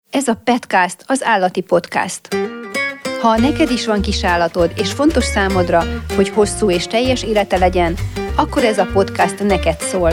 Ez a Petcast, az állati podcast. Ha neked is van kisállatod, és fontos számodra, hogy hosszú és teljes élete legyen, akkor ez a podcast neked szól.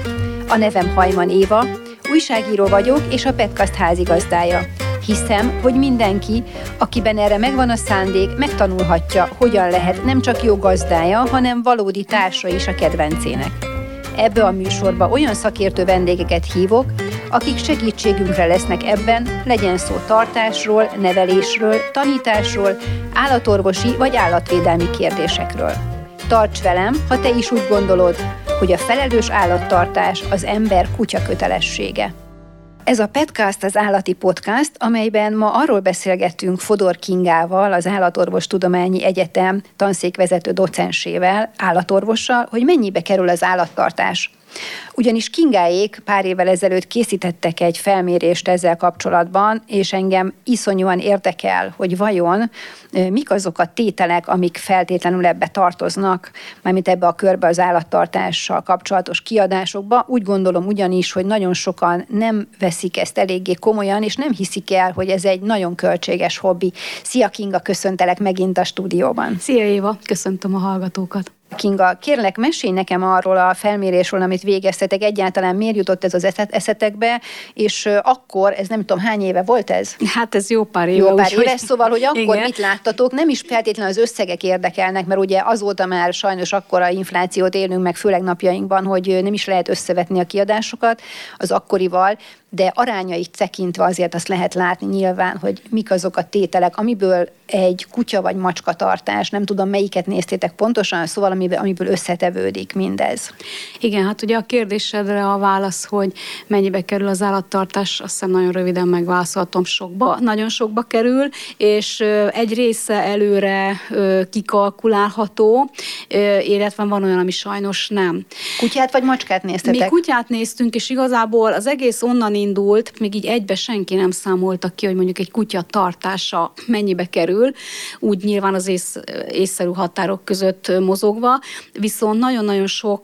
A nevem Hajman Éva, újságíró vagyok, és a Petcast házigazdája. Hiszem, hogy mindenki, akiben erre megvan a szándék, megtanulhatja, hogyan lehet nem csak jó gazdája, hanem valódi társa is a kedvencének. Ebbe a műsorba olyan szakértő vendégeket hívok, akik segítségünkre lesznek ebben, legyen szó tartásról, nevelésről, tanításról, állatorvosi vagy állatvédelmi kérdésekről. Tarts velem, ha te is úgy gondolod, hogy a felelős állattartás az ember-kutya kötelessége. Ez a Petcast az állati podcast, amelyben ma arról beszélgettünk Fodor Kingával, az Állatorvostudományi Egyetem tanszékvezető docensével, állatorvossal, hogy mennyibe kerül az állattartás. Ugyanis Kingáék pár évvel ezelőtt készítettek egy felmérést ezzel kapcsolatban, és engem iszonyúan érdekel, hogy vajon mik azok a tételek, amik feltétlenül ebbe tartoznak, mármint ebbe a körbe az állattartással kapcsolatos kiadásokba. Úgy gondolom ugyanis, hogy nagyon sokan nem veszik ezt eléggé komolyan, és nem hiszik el, hogy ez egy nagyon költséges hobbi. Szia Kinga, köszöntelek megint a stúdióban. Szia Éva, köszöntöm a hallgatókat. Kinga, kérlek, mesélj nekem arról a felmérésről, amit végeztetek, egyáltalán miért jutott ez az eszetekbe, és akkor, ez nem tudom, hány éve volt ez? Hát ez jó pár éve. Jó pár éve, szóval, hogy akkor igen. Mit láttatok, nem is feltétlenül az összegek érdekelnek, mert ugye azóta már sajnos akkora inflációt élünk meg, főleg napjainkban, hogy nem is lehet összevetni a kiadásokat az akkorival, de arányait tekintve azért azt lehet látni nyilván, hogy mik azok a tételek, amiből egy kutya vagy macska tartás, nem tudom melyiket néztétek pontosan, szóval amiből összetevődik mindez. Igen, hát ugye a kérdésedre a válasz, hogy mennyibe kerül az állattartás, azt hiszem nagyon röviden megválaszolhatom, nagyon sokba kerül, és egy része előre kikalkulálható, illetve van olyan, ami sajnos nem. Kutyát vagy macskát néztetek? Mi kutyát néztünk, és igazából az egész onnan indult, még így egybe senki nem számolta ki, hogy mondjuk egy kutya tartása mennyibe kerül, úgy nyilván az észszerű határok között mozogva, viszont nagyon-nagyon sok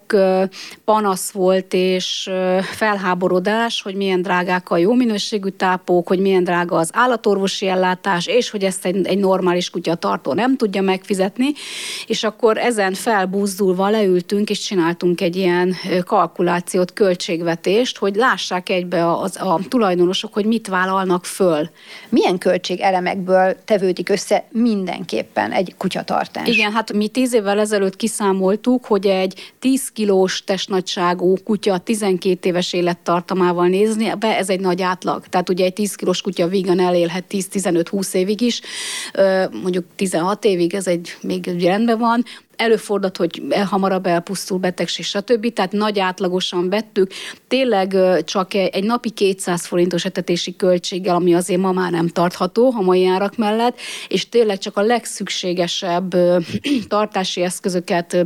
panasz volt és felháborodás, hogy milyen drágák a jó minőségű tápok, hogy milyen drága az állatorvosi ellátás, és hogy ezt egy normális kutyatartó nem tudja megfizetni, és akkor ezen felbuzdulva leültünk, és csináltunk egy ilyen kalkulációt, költségvetést, hogy lássák egybe a tulajdonosok, hogy mit vállalnak föl. Milyen költségelemekből tevődik össze mindenképpen egy kutyatartás? Igen, hát mi 10 évvel ezelőtt kiszámoltuk, hogy egy 10 kilós testnagyságú kutya 12 éves élettartamával nézni, ez egy nagy átlag. Tehát ugye egy 10 kilós kutya vígan elélhet 10-15-20 évig is, mondjuk 16 évig, ez még rendben van. Előfordult, hogy hamarabb elpusztul, betegség, stb. Tehát nagy átlagosan vettük. Tényleg csak egy napi 200 forintos etetési költséggel, ami azért ma már nem tartható a mai árak mellett, és tényleg csak a legszükségesebb tartási eszközöket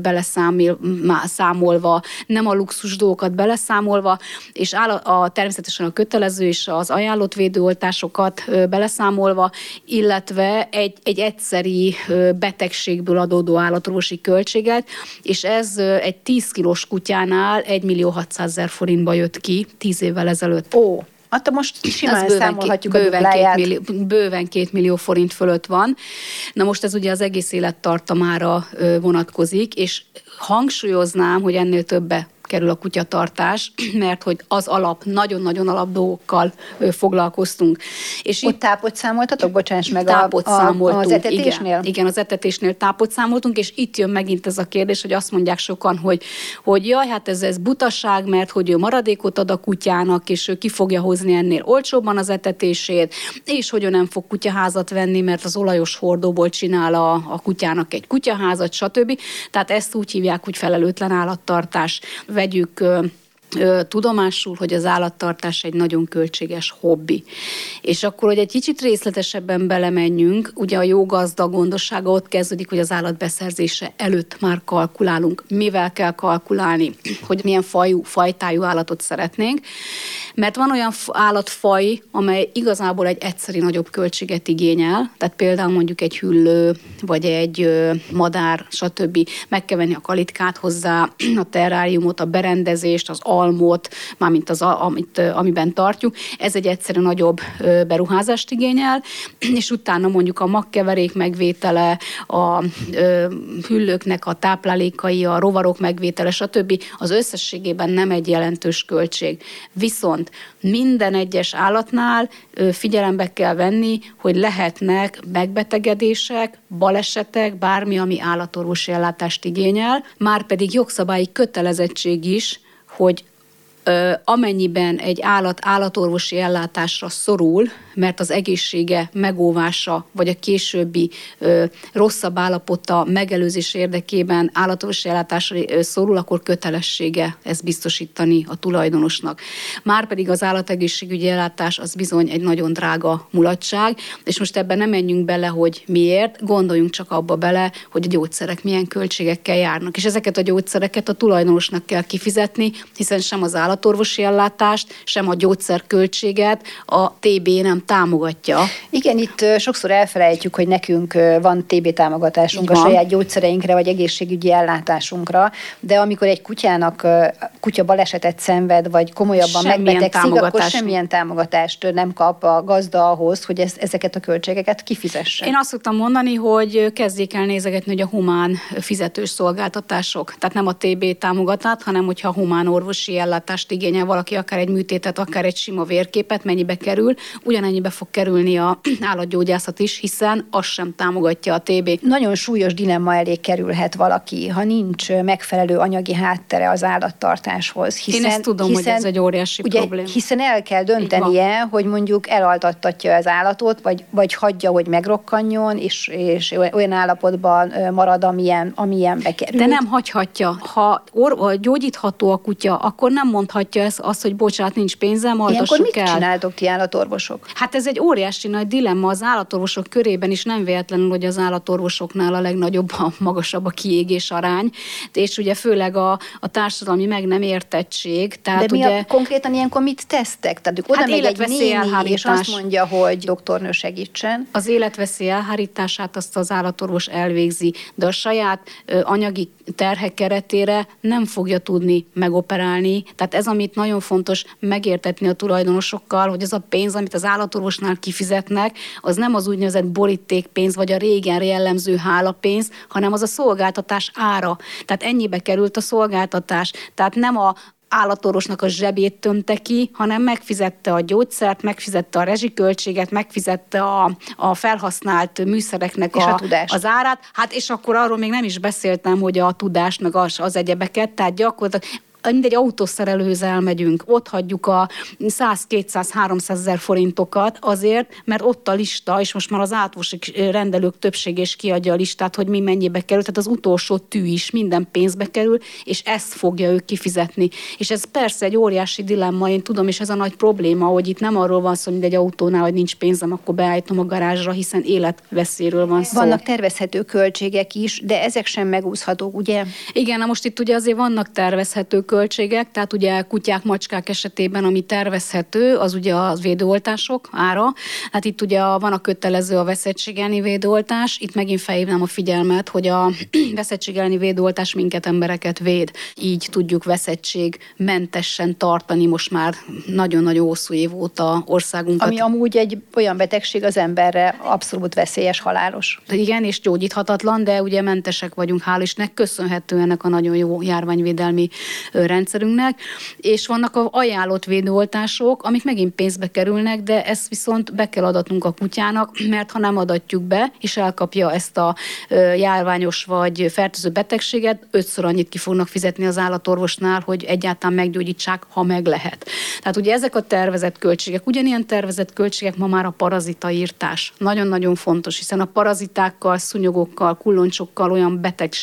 beleszámolva, nem a luxus dolgokat beleszámolva, és természetesen a kötelező és az ajánlott védőoltásokat beleszámolva, illetve egy egyszeri betegségből adódó állatorvosi költséget, és ez egy 10 kilós kutyánál 1.600.000 forintba jött ki 10 évvel ezelőtt. Ó, hát most simán számolhatjuk a dupláját. Bőven 2 millió forint fölött van. Na most ez ugye az egész élettartamára vonatkozik, és hangsúlyoznám, hogy ennél többe kerül a kutyatartás, mert hogy az nagyon-nagyon alap dolgokkal foglalkoztunk. És ott tápot számoltatok? Bocsáss meg, az etetésnél? Igen, az etetésnél tápot számoltunk, és itt jön megint ez a kérdés, hogy azt mondják sokan, hogy jaj, hát ez butaság, mert hogy ő maradékot ad a kutyának, és ő ki fogja hozni ennél olcsóbban az etetését, és hogy ő nem fog kutyaházat venni, mert az olajos hordóból csinál a kutyának egy kutyaházat, stb. Tehát ezt úgy hívják, hogy felelőtlen állattartás. Vegyük tudomásul, hogy az állattartás egy nagyon költséges hobbi. És akkor, hogy egy kicsit részletesebben belemenjünk, ugye a jó gazda gondossága ott kezdődik, hogy az állat beszerzése előtt már kalkulálunk. Mivel kell kalkulálni, hogy milyen fajtájú állatot szeretnénk. Mert van olyan állatfaj, amely igazából egy egyszeri nagyobb költséget igényel, tehát például mondjuk egy hüllő, vagy egy madár, stb. Meg kell venni a kalitkát hozzá, a terráriumot, a berendezést, az almot, mármint amiben tartjuk. Ez egy egyszerű nagyobb beruházást igényel, és utána mondjuk a magkeverék megvétele, a hüllőknek a táplálékai, a rovarok megvétele, stb. Az összességében nem egy jelentős költség. Viszont minden egyes állatnál figyelembe kell venni, hogy lehetnek megbetegedések, balesetek, bármi, ami állatorvosi ellátást igényel, márpedig jogszabályi kötelezettség is, hogy amennyiben egy állat állatorvosi ellátásra szorul, mert az egészsége megóvása, vagy a későbbi rosszabb állapota megelőzés érdekében állatorvosi ellátásra szorul, akkor kötelessége ezt biztosítani a tulajdonosnak. Márpedig az állategészségügyi ellátás az bizony egy nagyon drága mulatság, és most ebben nem menjünk bele, hogy miért, gondoljunk csak abba bele, hogy a gyógyszerek milyen költségekkel járnak. És ezeket a gyógyszereket a tulajdonosnak kell kifizetni, hiszen sem az állatorvosi ellátást, sem a gyógyszerköltséget a TB nem támogatja. Igen, itt sokszor elfelejtjük, hogy nekünk van TB támogatásunk a saját gyógyszereinkre, vagy egészségügyi ellátásunkra, de amikor egy kutya balesetet szenved, vagy komolyabban megbetegszik, akkor semmilyen támogatást nem kap a gazda ahhoz, hogy ezeket a költségeket kifizesse. Én azt szoktam mondani, hogy kezdjék el nézegetni, hogy a humán fizetős szolgáltatások, tehát nem a TB támogatát, hanem hogyha humán orvosi ellátást igényel valaki, akár egy műtétet, akár egy sima vérképet, mennyibe kerül, ugyanennyibe fog kerülni a állatgyógyászat is, hiszen az sem támogatja a TB. Nagyon súlyos dilemma elé kerülhet valaki, ha nincs megfelelő anyagi háttere az állattartáshoz. Én ezt tudom, hogy ez egy óriási probléma. Hiszen el kell döntenie, hogy mondjuk elaltattatja az állatot, vagy hagyja, hogy megrokkanjon, és olyan állapotban marad, amilyenbe kerül. De nem hagyhatja. Ha gyógyítható a kutya, akkor nem mondhatja azt, hogy bocsánat, nincs pénzem, altassuk el. Ilyenkor mit csináltok ti állatorvosok? Hát ez egy óriási nagy dilemma az állatorvosok körében is, nem véletlenül, hogy az állatorvosoknál a legnagyobb, magasabb a kiégés arány, és ugye főleg a társadalmi meg nem értettség. Tehát de ugye, konkrétan ilyenkor mit tesztek? Tehát oda megy egy néni, és azt mondja, hogy doktornő segítsen. Az életveszély elhárítását azt az állatorvos elvégzi, de a saját anyagi terhek keretére nem fogja tudni megoperálni. Tehát ez, amit nagyon fontos megértetni a tulajdonosokkal, hogy az a pénz, amit az állatorvosnál kifizetnek, az nem az úgynevezett borítékpénz, vagy a régen jellemző hálapénz, hanem az a szolgáltatás ára. Tehát ennyibe került a szolgáltatás. Tehát nem a állatorvosnak a zsebét tömte ki, hanem megfizette a gyógyszert, megfizette a rezsiköltséget, megfizette a felhasznált műszereknek az árát. Hát és akkor arról még nem is beszéltem, hogy a tudás meg az egyebeket, tehát gyakorlatilag mindegy autószerelőhöz elmegyünk, ott hagyjuk a 100-200-300 ezer forintokat azért, mert ott a lista, és most már az állatorvosi rendelők többsége is kiadja a listát, hogy mi mennyibe kerül, tehát az utolsó tű is minden pénzbe kerül, és ezt fogja ő kifizetni. És ez persze egy óriási dilemma, én tudom, és ez a nagy probléma, hogy itt nem arról van szó, hogy egy autónál, hogy nincs pénzem, akkor beállítom a garázsra, hiszen életveszélyről van szó. Vannak tervezhető költségek is, de ezek sem megúszhatók, ugye? Igen, na most itt ugye azért vannak tervezhető költségek, tehát ugye kutyák, macskák esetében, ami tervezhető, az ugye a védőoltások ára. Hát itt ugye van a kötelező a veszettség elleni védőoltás. Itt megint felhívnám a figyelmet, hogy a veszettség elleni védőoltás minket, embereket véd. Így tudjuk veszettségmentesen tartani most már nagyon-nagyon hosszú év óta országunkat. Ami amúgy egy olyan betegség az emberre abszolút veszélyes, halálos. Igen, és gyógyíthatatlan, de ugye mentesek vagyunk, hál' Istennek, köszönhetően ennek a nagyon jó járványvédelmi rendszerünknek, és vannak a ajánlott védőoltások, amik megint pénzbe kerülnek, de ezt viszont be kell adatnunk a kutyának, mert ha nem adatjuk be, és elkapja ezt a járványos vagy fertőző betegséget, 5-ször annyit ki fognak fizetni az állatorvosnál, hogy egyáltalán meggyógyítsák, ha meg lehet. Tehát ugye ezek a tervezett költségek, ugyanilyen tervezett költségek ma már a parazitaírtás. Nagyon-nagyon fontos, hiszen a parazitákkal, szúnyogokkal, kulloncsokkal olyan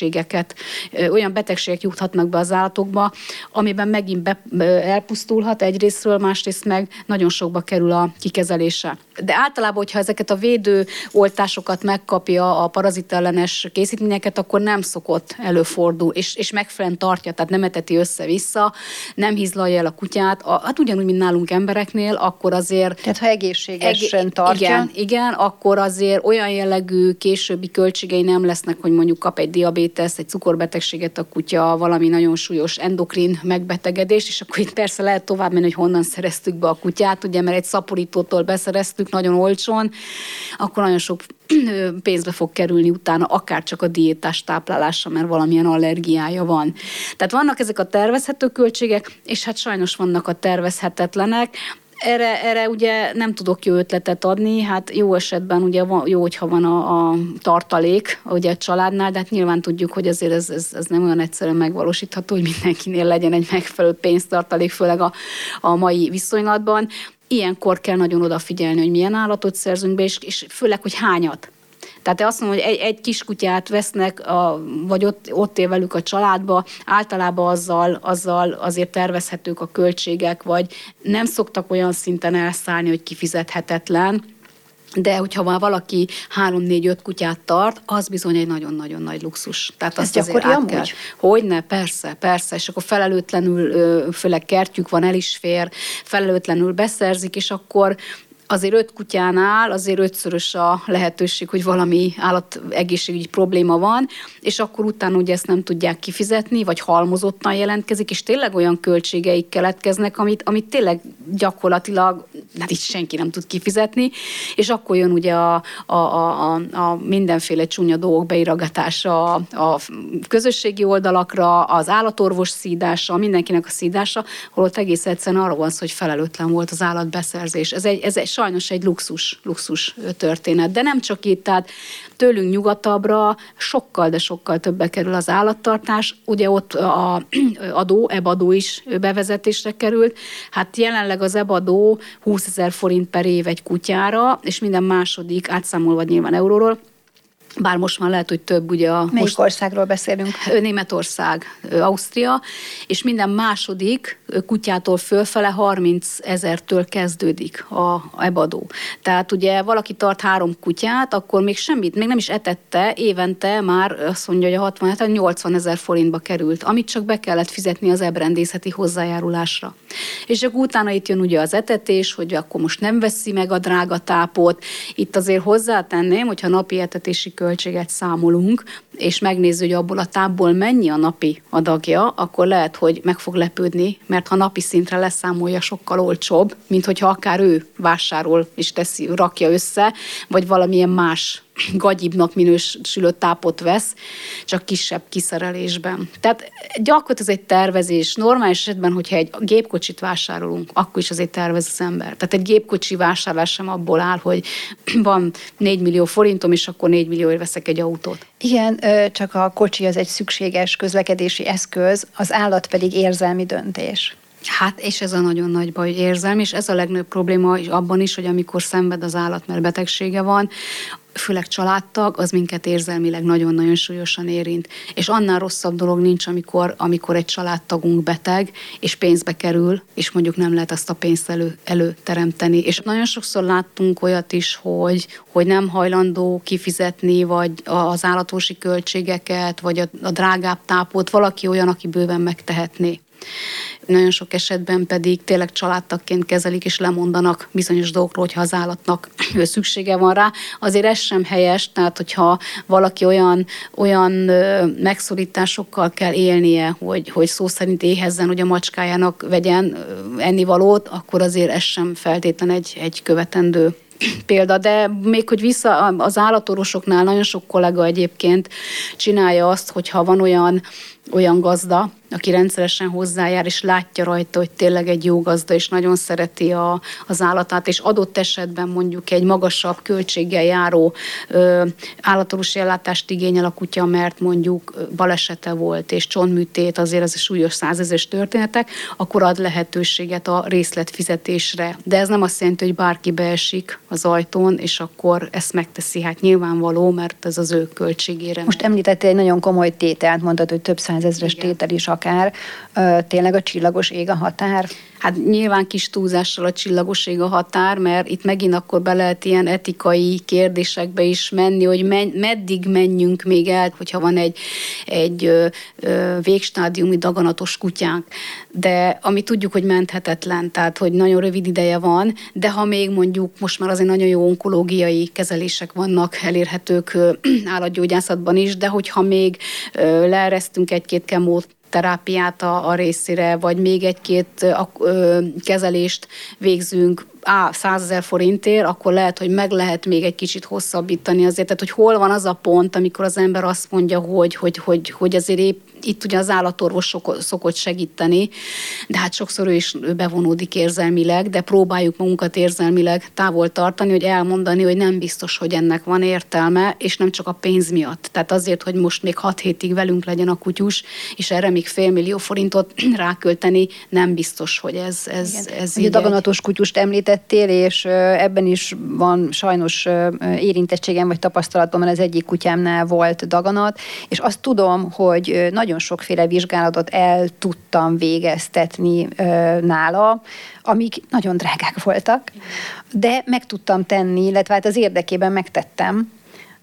betegségek juthatnak be az állatokba, amiben megint elpusztulhat egyrésztről, másrészt meg nagyon sokba kerül a kikezelése. De általában, hogyha ezeket a védőoltásokat megkapja a parazitellenes készítményeket, akkor nem szokott előfordul, és megfelelően tartja, tehát nem eteti össze-vissza, nem hízlalja el a kutyát, hát ugyanúgy, mint nálunk embereknél, akkor azért... Tehát ha egészségesen tartja. Igen, akkor azért olyan jellegű későbbi költségei nem lesznek, hogy mondjuk kap egy diabéteszt, egy cukorbetegséget a kutya, valami nagyon súlyos endokrin megbetegedést, és akkor itt persze lehet tovább menni, hogy honnan szereztük be a kutyát, ugye, mert egy szaporítótól beszereztük nagyon olcsón, akkor nagyon sok pénzbe fog kerülni utána, akár csak a diétás táplálása, mert valamilyen allergiája van. Tehát vannak ezek a tervezhető költségek, és hát sajnos vannak a tervezhetetlenek. Erre ugye nem tudok jó ötletet adni, hát jó esetben ugye jó, hogyha van a tartalék ugye a családnál, de hát nyilván tudjuk, hogy azért ez nem olyan egyszerűen megvalósítható, hogy mindenkinél legyen egy megfelelő pénztartalék, főleg a mai viszonylatban. Ilyenkor kell nagyon odafigyelni, hogy milyen állatot szerzünk be, és főleg, hogy hányat. Tehát azt mondom, hogy egy kiskutyát vesznek, vagy ott él velük a családba, általában azzal azért tervezhetők a költségek, vagy nem szoktak olyan szinten elszállni, hogy kifizethetetlen, de hogyha már valaki 3-4-5 kutyát tart, az bizony egy nagyon-nagyon nagy luxus. Tehát ez gyakori amúgy? Hogyne, persze, és akkor felelőtlenül, főleg kertjük van, el is fér, felelőtlenül beszerzik, és akkor azért 5 kutyánál azért 5-szörös a lehetőség, hogy valami állategészségügyi probléma van, és akkor utána ugye ezt nem tudják kifizetni, vagy halmozottan jelentkezik, és tényleg olyan költségeik keletkeznek, amit tényleg gyakorlatilag hát így senki nem tud kifizetni, és akkor jön ugye a mindenféle csúnya dolgok beiragatása a közösségi oldalakra, az állatorvos szídása, mindenkinek a szídása, holott egész egyszerűen arról van szó, hogy felelőtlen volt az állatbeszerzés. Ez egy sajnos egy luxus történet, de nem csak itt, tehát tőlünk nyugatabbra sokkal, de sokkal többe kerül az állattartás. Ugye ott EB-adó is bevezetésre került. Hát jelenleg az EB-adó 20 000 forint per év egy kutyára, és minden második, átszámolva nyilván euróról, bár most már lehet, hogy több ugye Melyik országról beszélünk? Németország, Ausztria, és minden második kutyától fölfele 30 000-től kezdődik a EB-adó. Tehát ugye valaki tart 3 kutyát, akkor még semmit, még nem is etette, évente már azt mondja, hogy a 80 000 forintba került, amit csak be kellett fizetni az ebrendészeti hozzájárulásra. És akkor utána itt jön ugye az etetés, hogy akkor most nem veszi meg a drága tápot. Itt azért hozzátenném, hogyha napi etetési költséget számolunk, és megnézzük, hogy abból a tápból mennyi a napi adagja, akkor lehet, hogy meg fog lepődni, mert ha napi szintre leszámolja, sokkal olcsóbb, mint hogyha akár ő vásárol és rakja össze, vagy valamilyen más gagyibbnak minősülő tápot vesz, csak kisebb kiszerelésben. Tehát gyakorlatilag ez egy tervezés. Normális esetben, hogyha egy gépkocsit vásárolunk, akkor is azért tervez az ember. Tehát egy gépkocsi vásárlás sem abból áll, hogy van 4 millió forintom, és akkor 4 millióért veszek egy autót. Igen, csak a kocsi az egy szükséges közlekedési eszköz, az állat pedig érzelmi döntés. Hát, és ez a nagyon nagy baj, érzelmi, és ez a legnagyobb probléma abban is, hogy amikor szenved az állat, mert betegsége van, főleg családtag, az minket érzelmileg nagyon-nagyon súlyosan érint. És annál rosszabb dolog nincs, amikor egy családtagunk beteg, és pénzbe kerül, és mondjuk nem lehet azt a pénzt előteremteni. És nagyon sokszor láttunk olyat is, hogy nem hajlandó kifizetni, vagy az állatorvosi költségeket, vagy a drágább tápot, valaki olyan, aki bőven megtehetné. Nagyon sok esetben pedig tényleg családtagként kezelik és lemondanak bizonyos dolgokról, hogyha az állatnak szüksége van rá. Azért ez sem helyes, tehát hogyha valaki olyan megszorításokkal kell élnie, hogy szó szerint éhezzen, hogy a macskájának vegyen ennivalót, akkor azért ez sem feltétlen egy követendő példa, de még hogy vissza az állatorvosoknál nagyon sok kollega egyébként csinálja azt, hogyha van olyan gazda, aki rendszeresen hozzájár, és látja rajta, hogy tényleg egy jó gazda, és nagyon szereti az állatát, és adott esetben mondjuk egy magasabb költséggel járó állatorvosi ellátást igényel a kutya, mert mondjuk balesete volt, és csontműtét, azért az súlyos 100 000-es történetek, akkor ad lehetőséget a részletfizetésre. De ez nem azt jelenti, hogy bárki beesik az ajtón, és akkor ezt megteszi. Hát nyilvánvaló, mert ez az ő költségére. Most említettél egy nagyon komoly tételt, mondtad, hogy több 100 000-es tétel is akár. Tényleg a csillagos ég a határ? Hát nyilván kis túlzással a csillagos ég a határ, mert itt megint akkor be lehet ilyen etikai kérdésekbe is menni, hogy meddig menjünk még el, hogyha van egy végstádiumi daganatos kutyánk. De ami tudjuk, hogy menthetetlen, tehát hogy nagyon rövid ideje van, de ha még mondjuk most már azért nagyon jó onkológiai kezelések vannak elérhetők állatgyógyászatban is, de hogyha még leeresztünk 1-2 kemót, terápiát a részére, vagy még egy-két kezelést végzünk 100 000 forintért, akkor lehet, hogy meg lehet még egy kicsit hosszabbítani azért. Tehát, hogy hol van az a pont, amikor az ember azt mondja, hogy azért épp itt ugye az állatorvos szokott segíteni, de hát sokszor ő is bevonódik érzelmileg, de próbáljuk magunkat érzelmileg távol tartani, hogy elmondani, hogy nem biztos, hogy ennek van értelme, és nem csak a pénz miatt. Tehát azért, hogy most még 6 hétig velünk legyen a kutyus, és erre még 500 000 forintot rákölteni, nem biztos, hogy ez így. A daganatos kutyust említettél, és ebben is van sajnos érintettségem vagy tapasztalatom, mert az egyik kutyámnál volt daganat, és azt tudom, hogy nagyon sokféle vizsgálatot el tudtam végeztetni nála, amik nagyon drágák voltak, de meg tudtam tenni, illetve hát az érdekében megtettem,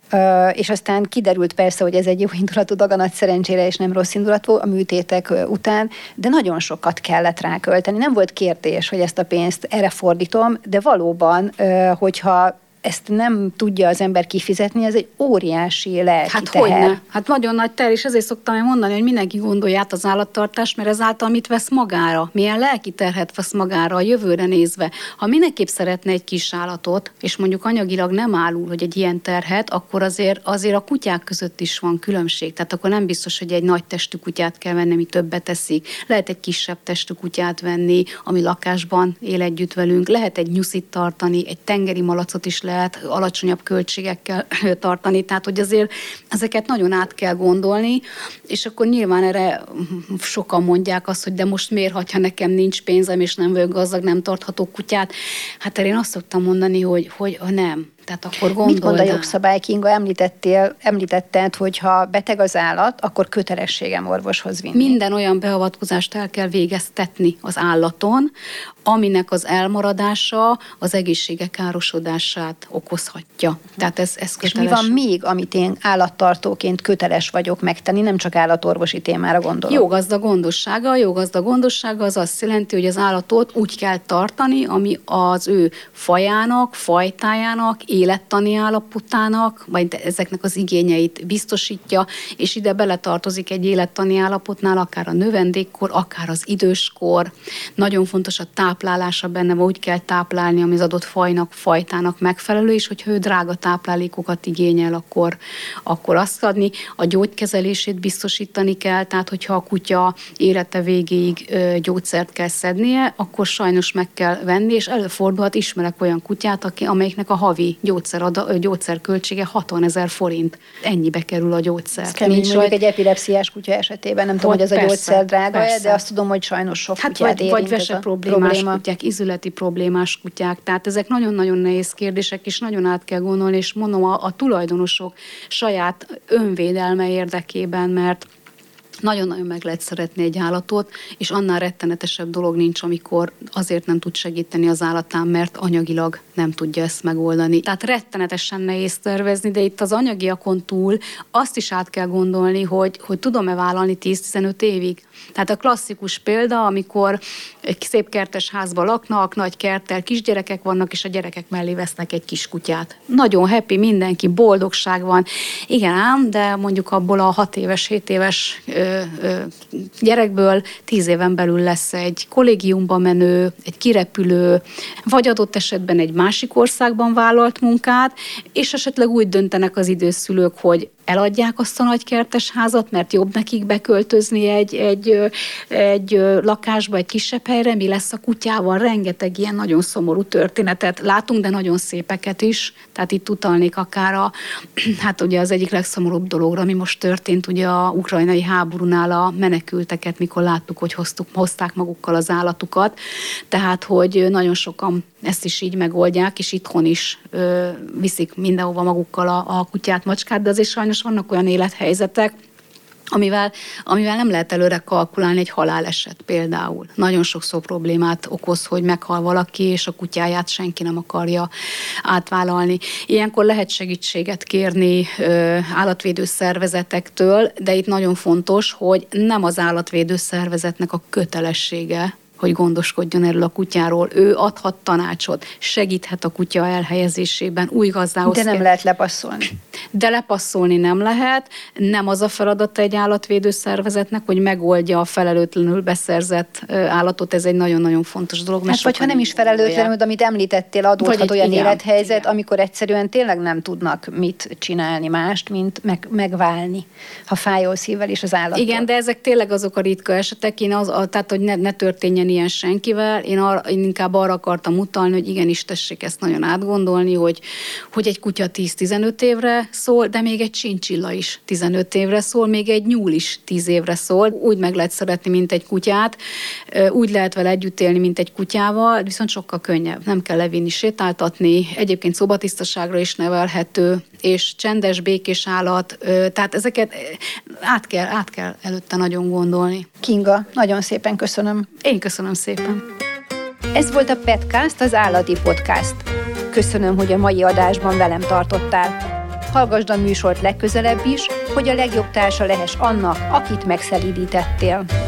és aztán kiderült persze, hogy ez egy jó indulatú daganat szerencsére, és nem rossz indulatú a műtétek után, de nagyon sokat kellett rákölteni. Nem volt kérdés, hogy ezt a pénzt erre fordítom, de valóban, hogyha ezt nem tudja az ember kifizetni, ez egy óriási lelki teher. Hogyne? Hát nagyon nagy teher, és ezért szoktam mondani, hogy mindenki gondolja át az állattartást, mert ezáltal mit vesz magára? Milyen lelki terhet vesz magára a jövőre nézve? Ha mindenképp szeretne egy kis állatot, és mondjuk anyagilag nem állul, hogy egy ilyen terhet, akkor azért a kutyák között is van különbség. Tehát akkor nem biztos, hogy egy nagy testű kutyát kell venni, ami többet teszik. Lehet egy kisebb testű kutyát venni, ami lakásban él együtt velünk. Lehet egy nyuszit tartani, egy tengeri malacot is lehet alacsonyabb költségekkel tartani, tehát hogy azért ezeket nagyon át kell gondolni, és akkor nyilván erre sokan mondják azt, hogy de most miért, ha nekem nincs pénzem, és nem vagyok gazdag, nem tarthatok kutyát. Hát erre én azt szoktam mondani, hogy nem. Tehát akkor gondold. Mit mond a jogszabály, Kinga? Említetted, hogy ha beteg az állat, akkor kötelességem orvoshoz vinni. Minden olyan beavatkozást el kell végeztetni az állaton, aminek az elmaradása az egészsége károsodását okozhatja. Tehát ez köteles. És mi van még, amit én állattartóként köteles vagyok megtenni, nem csak állatorvosi témára gondolok? Jógazda gondossága. A jógazda gondossága az azt jelenti, hogy az állatot úgy kell tartani, ami az ő fajának, fajtájának, élettani állapotának, vagy ezeknek az igényeit biztosítja, és ide beletartozik egy élettani állapotnál, akár a növendékkor, akár az időskor. Nagyon fontos a táplálása benne, vagy úgy kell táplálni, ami az adott fajnak, fajtának megfelelő, és hogyha ő drága táplálékokat igényel, akkor azt adni. A gyógykezelését biztosítani kell, tehát hogyha a kutya élete végéig gyógyszert kell szednie, akkor sajnos meg kell venni, és előfordulhat, ismerek olyan kutyát, amelyiknek a havi gyógyszerköltsége 60 000 forint. Ennyibe kerül a gyógyszer. Ez kemény, mondjuk egy epilepsziás kutya esetében, nem tudom, hogy ez a gyógyszer drága, de azt tudom, hogy sajnos sok kutyát érint. Vagy veseproblémás kutyák, izületi problémás kutyák. Tehát ezek nagyon-nagyon nehéz kérdések, és nagyon át kell gondolni, és mondom, a tulajdonosok saját önvédelme érdekében, mert nagyon-nagyon meg lehet szeretni egy állatot, és annál rettenetesebb dolog nincs, amikor azért nem tud segíteni az állatán, mert anyagilag nem tudja ezt megoldani. Tehát rettenetesen nehéz tervezni, de itt az anyagiakon túl azt is át kell gondolni, hogy tudom-e vállalni 10-15 évig. Tehát a klasszikus példa, amikor egy szép kertes házban laknak, nagy kerttel, kisgyerekek vannak, és a gyerekek mellé vesznek egy kis kutyát. Nagyon happy, mindenki, boldogság van. Igen ám, de mondjuk abból a 6 éves, 7 éves gyerekből 10 éven belül lesz egy kollégiumba menő, egy kirepülő, vagy adott esetben egy másik országban vállalt munkát, és esetleg úgy döntenek az időszülők, hogy eladják azt a nagy kertes házat, mert jobb nekik beköltözni egy lakásba, egy kisebb helyre, mi lesz a kutyával. Rengeteg ilyen nagyon szomorú történetet látunk, de nagyon szépeket is. Tehát itt utalnék akár hát ugye az egyik legszomorúbb dologra, ami most történt, ugye a ukrajnai háborúnál a menekülteket, mikor láttuk, hogy hozták magukkal az állatukat. Tehát, hogy nagyon sokan ezt is így megoldják, és itthon is viszik mindenhova magukkal a kutyát, macskát, de azért sajnos vannak olyan élethelyzetek, amivel nem lehet előre kalkulálni, egy haláleset például. Nagyon sokszor problémát okoz, hogy meghal valaki, és a kutyáját senki nem akarja átvállalni. Ilyenkor lehet segítséget kérni állatvédő szervezetektől, de itt nagyon fontos, hogy nem az állatvédő szervezetnek a kötelessége, hogy gondoskodjon erről a kutyáról. Ő adhat tanácsot, segíthet a kutya elhelyezésében, új gazdához. De nem lehet lepasszolni. de lepasszolni nem lehet. Nem az a feladata egy állatvédő szervezetnek, hogy megoldja a felelőtlenül beszerzett állatot. Ez egy nagyon-nagyon fontos dolog. Hát vagy ha nem is felelőtlenül, amit említettél, adódhat olyan élethelyzet, amikor egyszerűen tényleg nem tudnak mit csinálni mást, mint megválni, ha fájó szívvel is az állattól. Igen, de ezek tényleg azok a ritka esetek, tehát hogy ne történjen ilyen senkivel. Én inkább arra akartam utalni, hogy igenis tessék ezt nagyon átgondolni, hogy egy kutya 10-15 évre szól, de még egy csincsilla is 15 évre szól, még egy nyúl is 10 évre szól. Úgy meg lehet szeretni, mint egy kutyát, úgy lehet vele együtt élni, mint egy kutyával, viszont sokkal könnyebb. Nem kell levinni, sétáltatni, egyébként szobatisztaságra is nevelhető, és csendes, békés állat, tehát ezeket át kell előtte nagyon gondolni. Kinga, nagyon szépen köszönöm. Én köszönöm szépen. Ez volt a Petcast, az állati podcast. Köszönöm, hogy a mai adásban velem tartottál. Hallgasd a műsort legközelebb is, hogy a legjobb társa lehess annak, akit megszelídítettél.